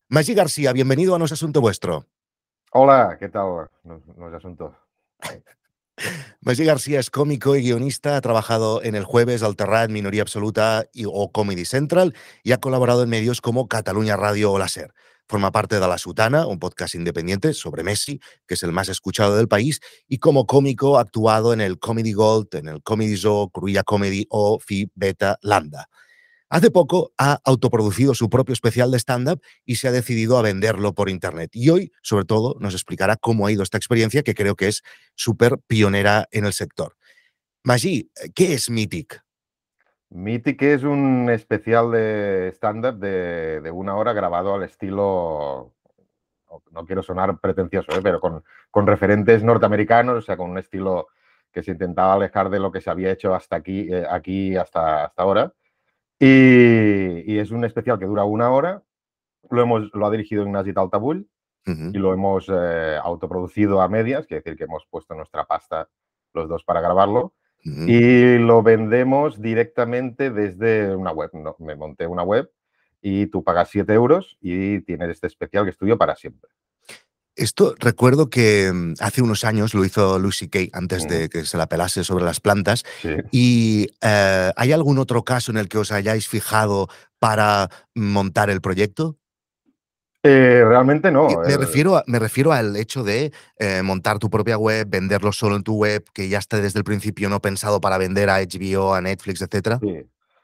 Magí García, bienvenido a No es Asunto Vuestro. Hola, ¿qué tal? No es asunto. Magí García es cómico y guionista, ha trabajado en El Jueves, El Terrat, Minoría Absoluta o Comedy Central y ha colaborado en medios como Cataluña Radio o La Ser. Forma parte de La Sutana, un podcast independiente sobre Messi, que es el más escuchado del país, y como cómico ha actuado en el Comedy Gold, en el Comedy Zoo, Cruïlla Comedy o Phi Beta Lambda. Hace poco ha autoproducido su propio especial de stand-up y se ha decidido a venderlo por internet. Y hoy, sobre todo, nos explicará cómo ha ido esta experiencia, que creo que es súper pionera en el sector. Magí, ¿qué es Mythic? Mythic es un especial de stand-up de 1 hora grabado al estilo, no quiero sonar pretencioso, pero con referentes norteamericanos, o sea, con un estilo que se intentaba alejar de lo que se había hecho hasta aquí hasta ahora. Y es un especial que dura 1 hora. Lo ha dirigido Ignasi Taltabull y lo hemos autoproducido a medias, quiere decir que hemos puesto nuestra pasta los dos para grabarlo. Y lo vendemos directamente desde una web. No, me monté una web y tú pagas 7 euros y tienes este especial que es tuyo para siempre. Esto recuerdo que hace unos años lo hizo Louis C.K. antes de Mm, que se la pelase sobre las plantas. sí. ¿Y hay algún otro caso en el que os hayáis fijado para montar el proyecto? Realmente Y no. me refiero al hecho de montar tu propia web, venderlo solo en tu web, que ya esté desde el principio no pensado para vender a HBO, a Netflix, etcétera. Sí.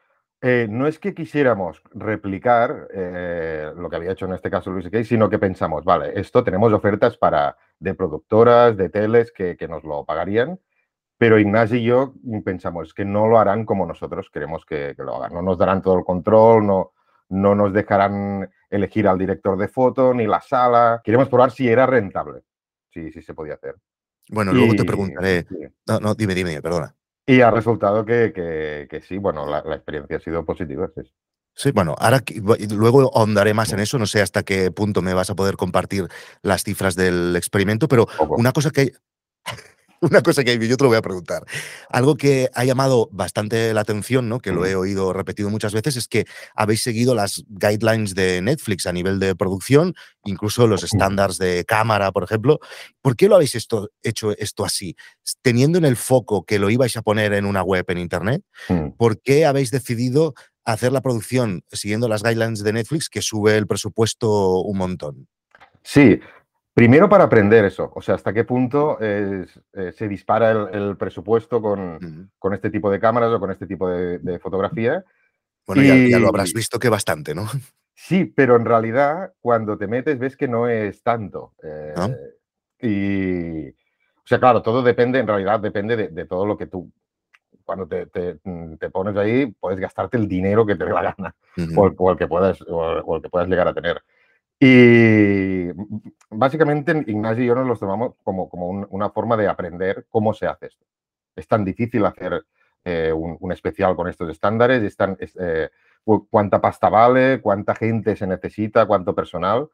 No es que quisiéramos replicar lo que había hecho en este caso Luis Kay, sino que pensamos, vale, esto tenemos ofertas de productoras, de teles que nos lo pagarían, pero Ignasi y yo pensamos que no lo harán como nosotros queremos que lo hagan. No nos darán todo el control, no nos dejarán elegir al director de foto ni la sala. Queremos probar si era rentable, si se podía hacer. Bueno, luego te Y, preguntaré. sí. No, dime, perdona. Y ha resultado que sí, bueno, la experiencia ha sido positiva. Sí. Sí, bueno, luego ahondaré más en Mm, eso, no sé hasta qué punto me vas a poder compartir las cifras del experimento, pero poco. una cosa que una cosa que yo te lo voy a preguntar. Algo que ha llamado bastante la atención, ¿no? Que lo he Mm, oído repetido muchas veces, es que habéis seguido las guidelines de Netflix a nivel de producción, incluso los mm, estándares de cámara, por ejemplo. ¿Por qué lo habéis hecho esto así? Teniendo en el foco que lo ibais a poner en una web en Internet, mm. ¿por qué habéis decidido hacer la producción siguiendo las guidelines de Netflix, que sube el presupuesto un montón? Sí, primero para aprender eso, o sea, hasta qué punto se dispara el presupuesto Mm. con este tipo de cámaras o con este tipo de fotografía. Bueno, ya lo habrás Y visto que bastante, ¿no? sí, pero en realidad cuando te metes ves que no es tanto. ¿No? O sea, claro, todo depende, en realidad depende de todo lo que tú, cuando te pones ahí, puedes gastarte el dinero que te dé la gana Ujú. o el que o el que puedas llegar a tener. Y básicamente Ignacio y yo nos los tomamos como una forma de aprender cómo se hace esto. Es tan difícil hacer un especial con estos estándares, cuánta pasta vale, cuánta gente se necesita, cuánto personal.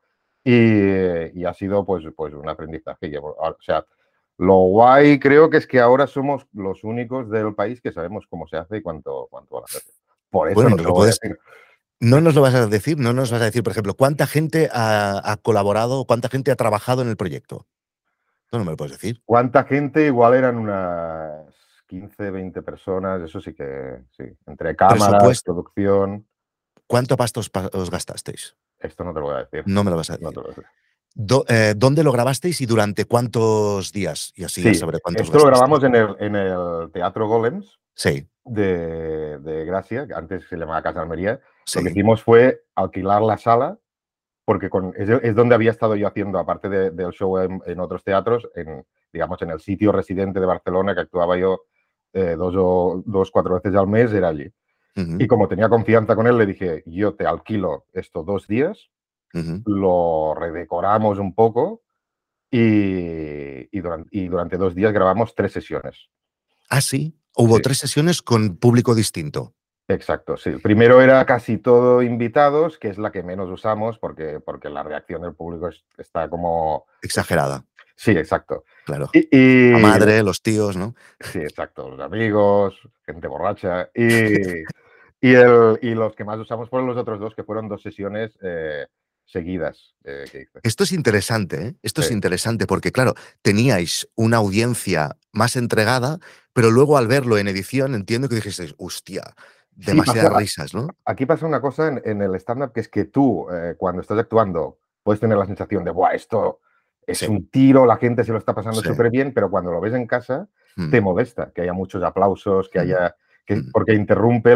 Y ha sido pues un aprendizaje. O sea, lo guay creo que es que ahora somos los únicos del país que sabemos cómo se hace y cuánto vale hacerlo. Por eso Bueno, no te lo voy a decir. no nos lo vas a decir, no nos vas a decir, por ejemplo, cuánta gente ha colaborado, cuánta gente ha trabajado en el proyecto. No me lo puedes decir. ¿Cuánta gente? Igual eran unas 15, 20 personas, eso sí que sí. Entre cámaras, Presupuesto, producción, ¿cuánto pasta os gastasteis? esto no te lo voy a decir. No me lo vas a No te decir. lo voy a decir. ¿Dónde lo grabasteis y durante cuántos días? Y así ya Sí, sabré cuántos esto lo gastasteis. grabamos en el Teatro Golems Sí, de Gracia, que antes se llamaba Casa Almería. Lo que sí. hicimos fue alquilar la sala, porque es donde había estado yo haciendo, aparte del show en otros teatros, digamos, en el sitio residente de Barcelona, que actuaba yo 4 veces al mes, era allí. Ujú, Y como tenía confianza con él, le dije, yo te alquilo estos 2 días, ujú. lo redecoramos un poco y durante 2 días grabamos 3 sesiones. Ah, sí. Hubo Sí, 3 sesiones con público distinto. exacto, sí. El primero era casi todo invitados, que es la que menos usamos porque la reacción del público está como... Exagerada, Sí, exacto. claro. Y, La y madre, los tíos, ¿no? sí, exacto, los amigos, gente borracha. Y los que más usamos fueron los otros dos, que fueron 2 sesiones seguidas que hice. Esto es interesante, ¿eh? Esto Sí, es interesante porque, claro, teníais una audiencia más entregada, pero luego al verlo en edición entiendo que dijisteis, hostia, sí, demasiadas risas, ¿no? aquí pasa una cosa en el stand-up que es que tú, cuando estás actuando, puedes tener la sensación de, ¡buah, esto es Sí, un tiro, la gente se lo está pasando sí. súper bien, pero cuando lo ves en casa, te Mm, molesta que haya muchos aplausos, que mm, haya, mm. porque interrumpe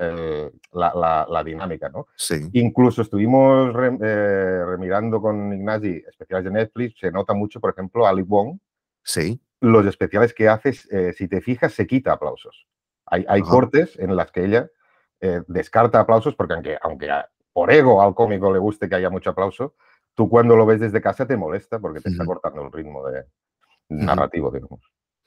la dinámica, ¿no? Sí, Incluso estuvimos remirando con Ignasi especiales de Netflix, se nota mucho, por ejemplo, Ali Wong, sí. los especiales que haces, si te fijas, se quita aplausos. Hay Ajá. cortes en las que ella descarta aplausos porque aunque por ego al cómico le guste que haya mucho aplauso, tú cuando lo ves desde casa te molesta porque te está Ujú, cortando el ritmo ujú. narrativo, digamos.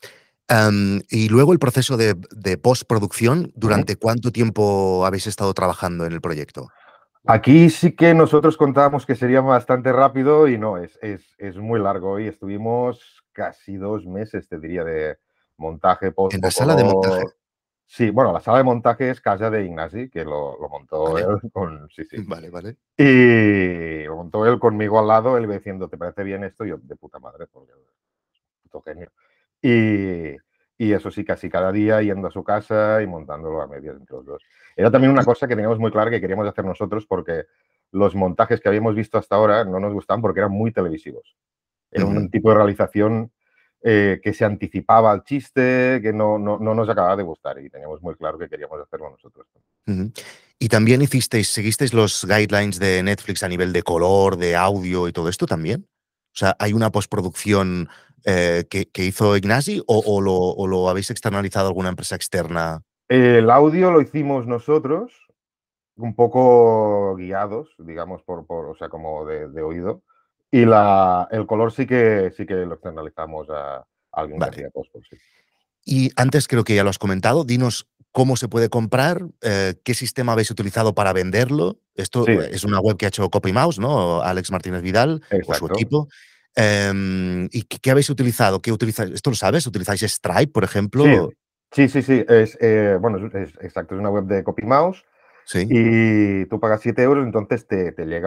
Y luego el proceso de postproducción, Ujú. ¿durante cuánto tiempo habéis estado trabajando en el proyecto? Aquí sí que nosotros contábamos que sería bastante rápido y no, es muy largo y estuvimos casi 2 meses, te diría, de montaje, En post, la sala de montaje. color. Sí, bueno, la sala de montaje es casa de Ignasi, que lo montó Vale, él con. Sí, sí. vale, vale. Y lo montó él conmigo al lado, él iba diciendo, ¿te parece bien esto? Y yo, de puta madre, porque puto genio. Y, y eso sí, casi cada día yendo a su casa y montándolo a medias entre los dos. Era también una Y cosa que teníamos muy clara que queríamos hacer nosotros porque los montajes que habíamos visto hasta ahora no nos gustaban porque eran muy televisivos. Era un ujú, tipo de realización que se anticipaba al chiste, que no nos acababa de gustar y teníamos muy claro que queríamos hacerlo nosotros. ujú. Y también seguisteis los guidelines de Netflix a nivel de color, de audio y todo esto también. O sea, ¿hay una postproducción que hizo Ignasi o lo habéis externalizado a alguna empresa externa? El audio lo hicimos nosotros, un poco guiados, digamos, o sea, como de oído. Y el color sí que lo externalizamos a alguien que Vale. hacía post, sí. Y antes creo que ya lo has comentado, dinos cómo se puede comprar, qué sistema habéis utilizado para venderlo. Esto Sí, es una web que ha hecho Copy Mouse, ¿no? Alex Martínez Vidal o su exacto. equipo. ¿Y qué habéis utilizado? ¿Qué utilizáis? ¿Esto lo sabes? ¿Utilizáis Stripe, por Sí, ejemplo? sí, sí, sí. Bueno, exacto, es una web de CopyMouse Sí, y tú pagas 7 euros, entonces te llega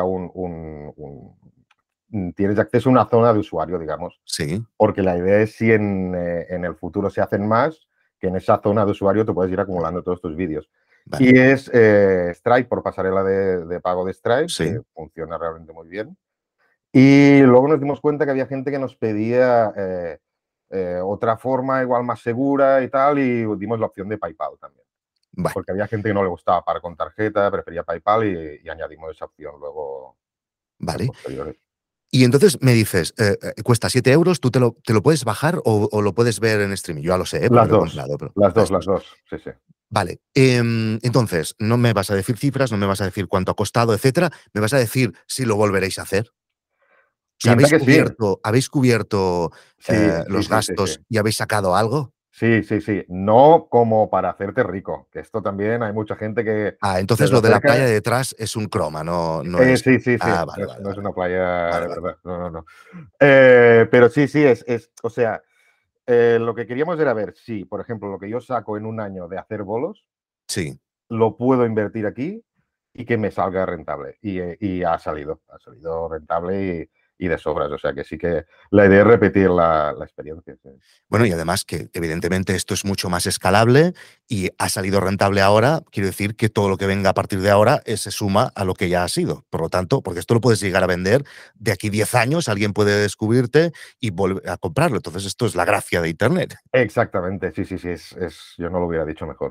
tienes acceso a una zona de usuario, digamos, sí, porque la idea es si en el futuro se hacen más, que en esa zona de usuario tú puedes ir acumulando todos tus vídeos. vale, Y es Stripe por pasarela de pago de Stripe, que sí, funciona realmente muy bien. Y luego nos dimos cuenta que había gente que nos pedía otra forma igual más segura y tal, y dimos la opción de PayPal también. vale, Porque había gente que no le gustaba pagar con tarjeta, prefería PayPal y añadimos esa opción luego en vale. posteriores. Y entonces me dices, cuesta 7 euros, ¿tú te lo puedes bajar o lo puedes ver en streaming? Yo ya lo sé, porque Las lo he dos, comprado, pero las dos, las las dos. dos, sí, sí. Vale, entonces, no me vas a decir cifras, no me vas a decir cuánto ha costado, etcétera, me vas a decir si lo volveréis a hacer. O sea, Pinta que sí. habéis cubierto Sí, sí, los sí, sí, sí. gastos y habéis sacado algo? Sí, sí, sí. No como para hacerte rico, que esto también hay mucha gente que Ah, se entonces les lo de la playa acerca. de detrás es un croma, no es. Sí, sí, sí. Ah, No vale, es, vale, no es vale. una playa Vale, de vale. verdad. No, no, no. Pero sí, sí, o sea, lo que queríamos era ver si, por ejemplo, lo que yo saco en un año de hacer bolos, Sí. lo puedo invertir aquí y que me salga rentable. Y ha salido rentable y de sobras. O sea que sí que la idea es repetir la experiencia. Sí. Bueno, y además que evidentemente esto es mucho más escalable y ha salido rentable ahora, quiero decir que todo lo que venga a partir de ahora se suma a lo que ya ha sido. Por lo tanto, porque esto lo puedes llegar a vender de aquí 10 años, alguien puede descubrirte y volver a comprarlo. Entonces, esto es la gracia de Internet. Exactamente, sí, sí, sí, yo no lo hubiera dicho mejor.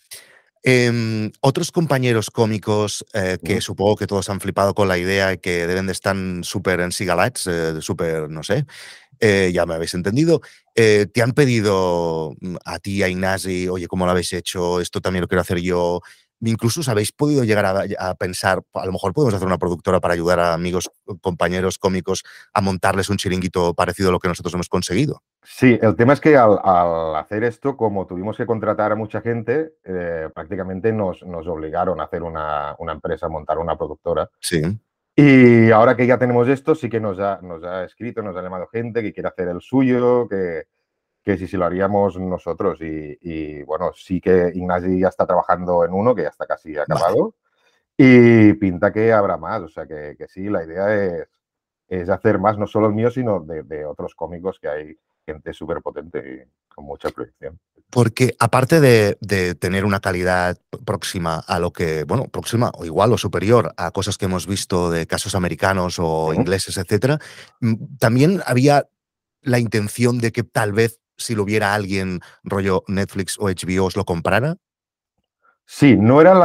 Otros compañeros cómicos que Ujú. supongo que todos han flipado con la idea y que deben de estar súper ensigalats, súper, no sé, ya me habéis entendido, te han pedido a ti, a Ignasi, oye, ¿cómo lo habéis hecho? Esto también lo quiero hacer yo. Incluso os habéis podido llegar a pensar, a lo mejor podemos hacer una productora para ayudar a amigos, compañeros cómicos a montarles un chiringuito parecido a lo que nosotros hemos conseguido. Sí, el tema es que al hacer esto, como tuvimos que contratar a mucha gente, prácticamente nos obligaron a hacer una empresa, a montar una productora. Sí, Y ahora que ya tenemos esto, sí que nos ha escrito, nos ha llamado gente que quiere hacer el suyo, que si lo haríamos nosotros. Y bueno, sí que Ignasi ya está trabajando en uno, que ya está casi vale. acabado. Y pinta que habrá más, o sea que sí, la idea es hacer más, no solo el mío, sino de otros cómicos que hay gente súper potente y con mucha proyección. Porque aparte de tener una calidad próxima a lo que, bueno, próxima o igual o superior a cosas que hemos visto de casos americanos o Ujú. ingleses, etcétera, también había la intención de que tal vez si lo viera alguien rollo Netflix o HBO os lo comprara. Sí, no era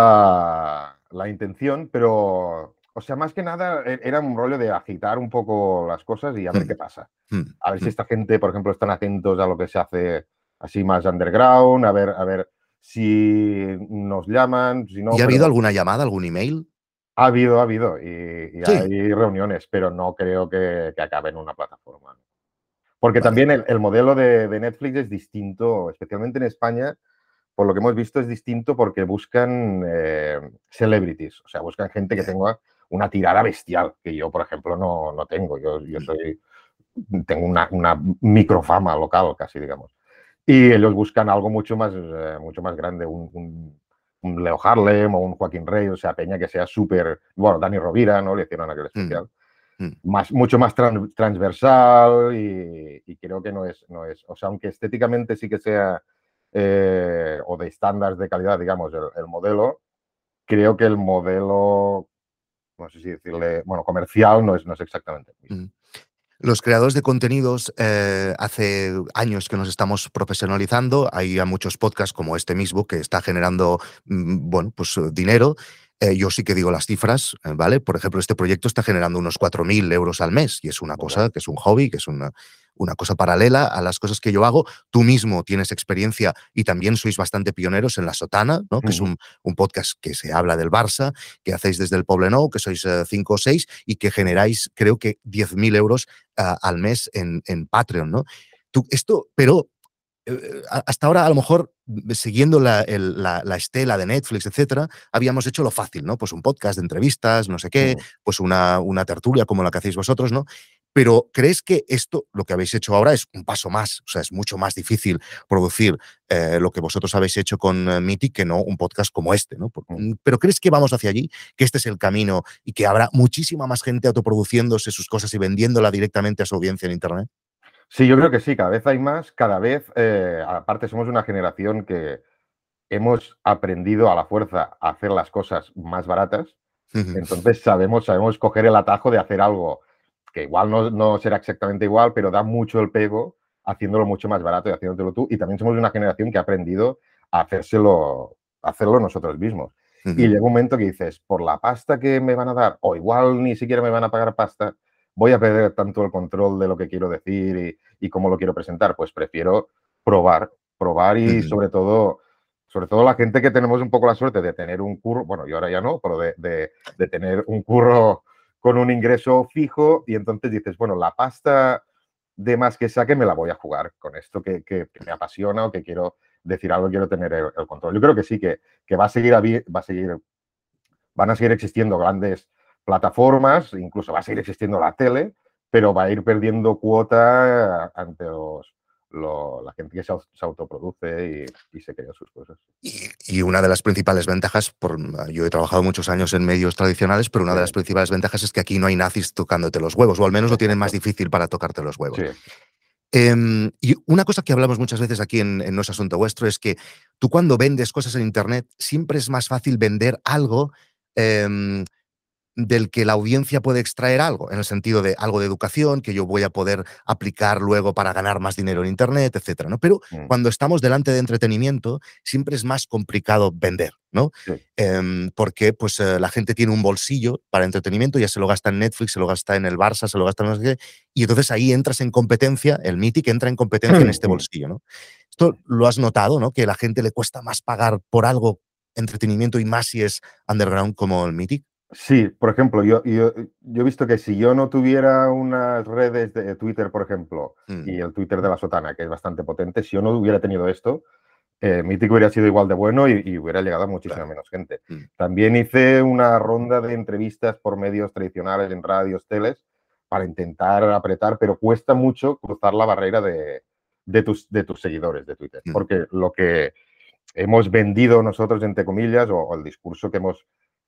la intención, pero, o sea, más que nada era un rollo de agitar un poco las cosas y a ver Mm, qué pasa. mm, A ver si mm. esta gente, por ejemplo, están atentos a lo que se hace así más underground, a ver si nos llaman, si ¿Y no, ha habido pero alguna llamada, algún email? ha habido y Sí. hay reuniones, pero no creo que acabe en una plataforma. Porque Vale. también el modelo de Netflix es distinto, especialmente en España, por lo que hemos visto es distinto porque buscan celebrities, o sea, buscan gente que Ya. tenga una tirada bestial, que yo, por ejemplo, no tengo. Yo Mm, tengo una microfama local casi, digamos. Y ellos buscan algo mucho más grande, un Leo Harlem o un Joaquín Rey, o sea, Peña que sea súper, bueno, Dani Rovira, ¿no? Le hicieron aquel mm, especial. mm. Mucho más transversal y creo que o sea, aunque estéticamente sí que sea o de estándares de calidad, digamos, el modelo, creo que el modelo, no sé si decirle, bueno, comercial no es exactamente el mismo. Mm. Los creadores de contenidos, hace años que nos estamos profesionalizando. Hay a muchos podcasts como este mismo que está generando, bueno, pues dinero. Yo sí que digo las cifras, ¿vale? Por ejemplo, este proyecto está generando unos 4.000 euros al mes y es una Bueno, cosa que es un hobby, que es una cosa paralela a las cosas que yo hago. Tú mismo tienes experiencia y también sois bastante pioneros en La Sotana, ¿no? Que es un podcast que se habla del Barça, que hacéis desde el Poblenou, que sois 5 o 6 y que generáis, creo que 10.000 euros al mes en Patreon, ¿no? Esto, pero hasta ahora, a lo mejor, siguiendo la estela de Netflix, etcétera, habíamos hecho lo fácil, ¿no? Pues un podcast de entrevistas, no sé qué, pues una tertulia como la que hacéis vosotros, ¿no? Pero ¿crees que esto, lo que habéis hecho ahora, es un paso más? O sea, es mucho más difícil producir lo que vosotros habéis hecho con Mythic que no un podcast como este, ¿no? Pero ¿crees que vamos hacia allí? ¿Que este es el camino y que habrá muchísima más gente autoproduciéndose sus cosas y vendiéndola directamente a su audiencia en Internet? sí, yo creo que sí, cada vez hay más, cada vez, aparte somos una generación que hemos aprendido a la fuerza a hacer las cosas más baratas. Entonces sabemos coger el atajo de hacer algo que igual no será exactamente igual, pero da mucho el pego haciéndolo mucho más barato y haciéndolo tú. Y también somos una generación que ha aprendido a hacerlo nosotros mismos. Y llega un momento que dices, por la pasta que me van a dar, o igual ni siquiera me van a pagar pasta, voy a perder tanto el control de lo que quiero decir y cómo lo quiero presentar. Pues prefiero probar y sobre todo la gente que tenemos un poco la suerte de tener un curro, bueno, yo ahora ya no, pero de tener un curro con un ingreso fijo y entonces dices, bueno, la pasta de más que saque me la voy a jugar con esto que me apasiona o que quiero decir algo, quiero tener el control. Yo creo que sí, que van a seguir existiendo grandes plataformas, incluso va a seguir existiendo la tele, pero va a ir perdiendo cuota ante la gente que se autoproduce y se crea sus cosas. Y una de las principales ventajas, yo he trabajado muchos años en medios tradicionales, pero una Sí, de las principales ventajas es que aquí no hay nazis tocándote los huevos, o al menos lo tienen más exacto. difícil para tocarte los Sí. huevos. Y una cosa que hablamos muchas veces aquí en No es Asunto Vuestro es que tú cuando vendes cosas en Internet siempre es más fácil vender algo em, del que la audiencia puede extraer algo, en el sentido de algo de educación que yo voy a poder aplicar luego para ganar más dinero en Internet, etcétera, ¿no? Pero Mm, cuando estamos delante de entretenimiento, siempre es más complicado vender, ¿no? sí. Porque pues, la gente tiene un bolsillo para entretenimiento, ya se lo gasta en Netflix, se lo gasta en el Barça, se lo gasta en no sé qué, y entonces ahí entras en competencia, el Mythic entra en competencia en este bolsillo, ¿no? Esto lo has notado, ¿no? Que a la gente le cuesta más pagar por algo entretenimiento y más si es underground como el Mythic. Sí, por ejemplo, yo he visto que si yo no tuviera unas redes de Twitter, por ejemplo, Mm, y el Twitter de la Sotana, que es bastante potente, si yo no hubiera tenido esto, Mythic hubiera sido igual de bueno y hubiera llegado a muchísima claro. menos gente. Mm, También hice una ronda de entrevistas por medios tradicionales en radios, teles, para intentar apretar, pero cuesta mucho cruzar la barrera de tus seguidores de Twitter, mm, porque lo que hemos vendido nosotros, entre comillas, o el discurso que hemos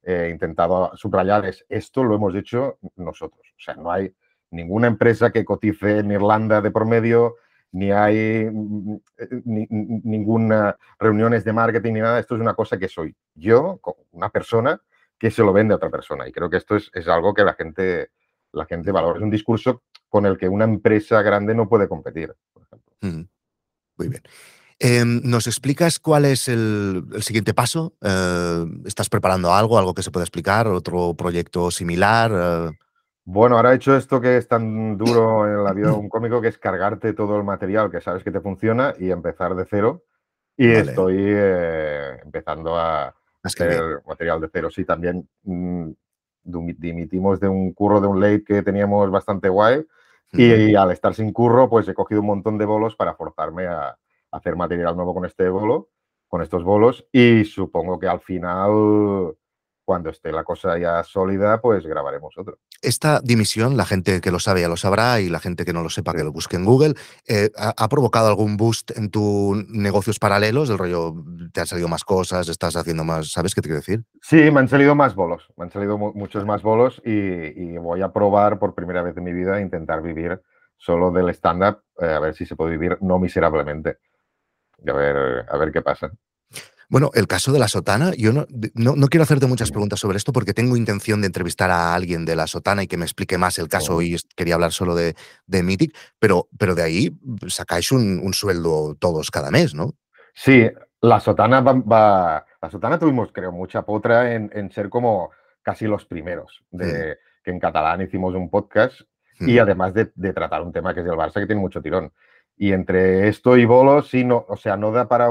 intentado subrayar es esto lo hemos hecho nosotros. O sea, no hay ninguna empresa que cotice en Irlanda de por medio, ni hay ninguna reuniones de marketing ni nada. Esto es una cosa que soy yo, una persona que se lo vende a otra persona. Y creo que esto es algo que la gente valora. Es un discurso con el que una empresa grande no puede competir, por ejemplo. Muy bien. ¿Nos explicas cuál es el siguiente paso? ¿Estás preparando algo que se pueda explicar? ¿Otro proyecto similar? Bueno, ahora he hecho esto que es tan duro en la vida de un cómico, que es cargarte todo el material que sabes que te funciona y empezar de cero. Y Vale, estoy empezando a a escribir. hacer material de cero. Sí, también dimitimos de un curro de un late que teníamos bastante guay y al estar sin curro, pues he cogido un montón de bolos para forzarme a hacer material nuevo con este bolo, con estos bolos, y supongo que al final, cuando esté la cosa ya sólida, pues grabaremos otro. Esta dimisión, la gente que lo sabe ya lo sabrá y la gente que no lo sepa Sí. que lo busque en Google, ¿ha provocado algún boost en tus negocios paralelos? Del rollo, ¿te han salido más cosas? ¿Estás haciendo más? ¿Sabes qué te quiero decir? Sí, me han salido más bolos, me han salido muchos más bolos y voy a probar por primera vez en mi vida intentar vivir solo del stand-up, a ver si se puede vivir no miserablemente. Y a ver qué pasa. Bueno, el caso de La Sotana, yo no quiero hacerte muchas preguntas sobre esto porque tengo intención de entrevistar a alguien de La Sotana y que me explique más el caso. Ujú. Hoy quería hablar solo de Mythic, pero de ahí sacáis un sueldo todos cada mes, ¿no? Sí, la sotana la sotana tuvimos, creo, mucha potra en ser como casi los primeros, Mm, que en catalán hicimos un podcast y mm, además de tratar un tema que es el Barça, que tiene mucho tirón. Y entre esto y bolos, sí, no, o sea, no da para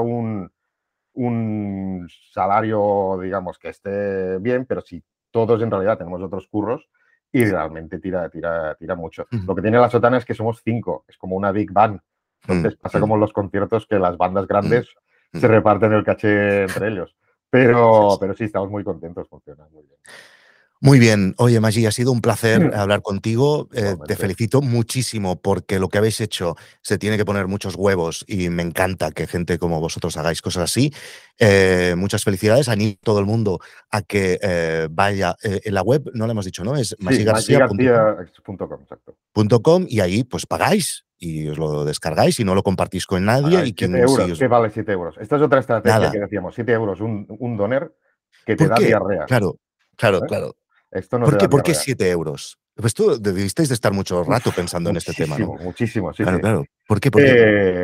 un salario, digamos, que esté bien, pero sí, todos en realidad tenemos otros curros y sí, realmente tira mucho. mm, Lo que tiene la sotana es que somos 5, es como una big band. mm, Entonces pasa mm, como en los conciertos que las bandas mm, grandes se mm. reparten el caché entre ellos. Sí, sí. Pero sí, estamos muy contentos, funciona muy bien. Muy bien. Oye, Maggi, ha sido un placer hablar contigo. Te Igualmente. felicito muchísimo porque lo que habéis hecho se tiene que poner muchos huevos y me encanta que gente como vosotros hagáis cosas así. Muchas felicidades. Animo a todo el mundo a que vaya en la web, no le hemos dicho, ¿no? Es Sí, magigarcia.com magigarcía.com, exacto. y ahí pues pagáis y os lo descargáis y no lo compartís con nadie Pagáis y 7 quien si euros. os... ¿Qué vale 7 euros? Esta es otra estrategia Nada. que decíamos, 7 euros un doner que te ¿Por da qué? diarrea. Claro, claro, ¿Eh? claro. Esto no ¿Por te da qué? ¿Por qué diarrea. 7 euros? Pues tú debisteis de estar mucho rato Uf, pensando en este tema, ¿no? muchísimo, muchísimo, sí, sí. Claro, claro. ¿Por qué? ¿Por qué?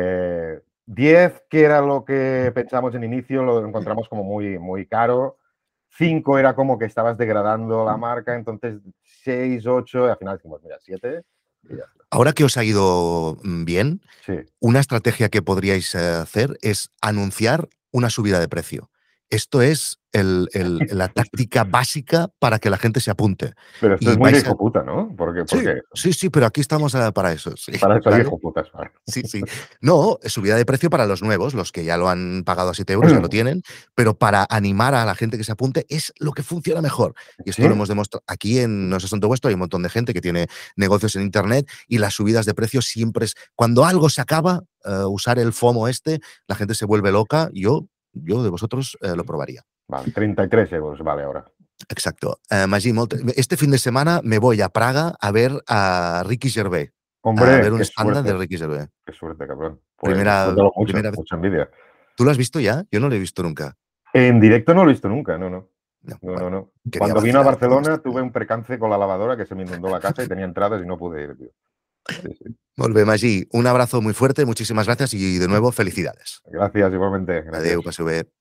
10, que era lo que pensamos en inicio, lo encontramos como muy, muy caro. 5 era como que estabas degradando la marca, entonces 6, 8, y al final dijimos, mira, 7 y ya está. Ahora que os ha ido bien, Sí, una estrategia que podríais hacer es anunciar una subida de precio. Esto es la táctica básica para que la gente se apunte. pero esto es Y muy de vais a... hijo puta, ¿no? ¿Por Sí, qué? sí, sí, pero aquí estamos para eso, sí, Para eso hay ¿vale? hijo putas. Vale. Sí, sí. No, subida de precio para los nuevos, los que ya lo han pagado a 7 euros, ya lo tienen, pero para animar a la gente que se apunte es lo que funciona mejor. Y ¿Sí? esto lo hemos demostrado aquí en No es Asunto Vuestro, hay un montón de gente que tiene negocios en Internet y las subidas de precios siempre es... Cuando algo se acaba, usar el FOMO la gente se vuelve loca, yo de vosotros lo probaría. Vale, 33 euros vale ahora. Exacto. Magí, este fin de semana me voy a Praga a ver a Ricky Gervais, a ver Hombre, un stand de Ricky Gervais. qué suerte, cabrón. Pues Primera, disfrútalo mucho, primera vez. mucha envidia. ¿Tú lo has visto ya? Yo no lo he visto nunca. En directo no lo he visto nunca, no, no. No, No, no, bueno, no. quería Cuando vino a vacilar con este Barcelona tuve tema. un percance con la lavadora que se me inundó la casa y tenía entradas y no pude ir, tío. Sí, sí. Molt bé, Magí, un abrazo muy fuerte, muchísimas gracias y de nuevo felicidades. Gracias, igualmente. Adeu, Gracias. passeu bé.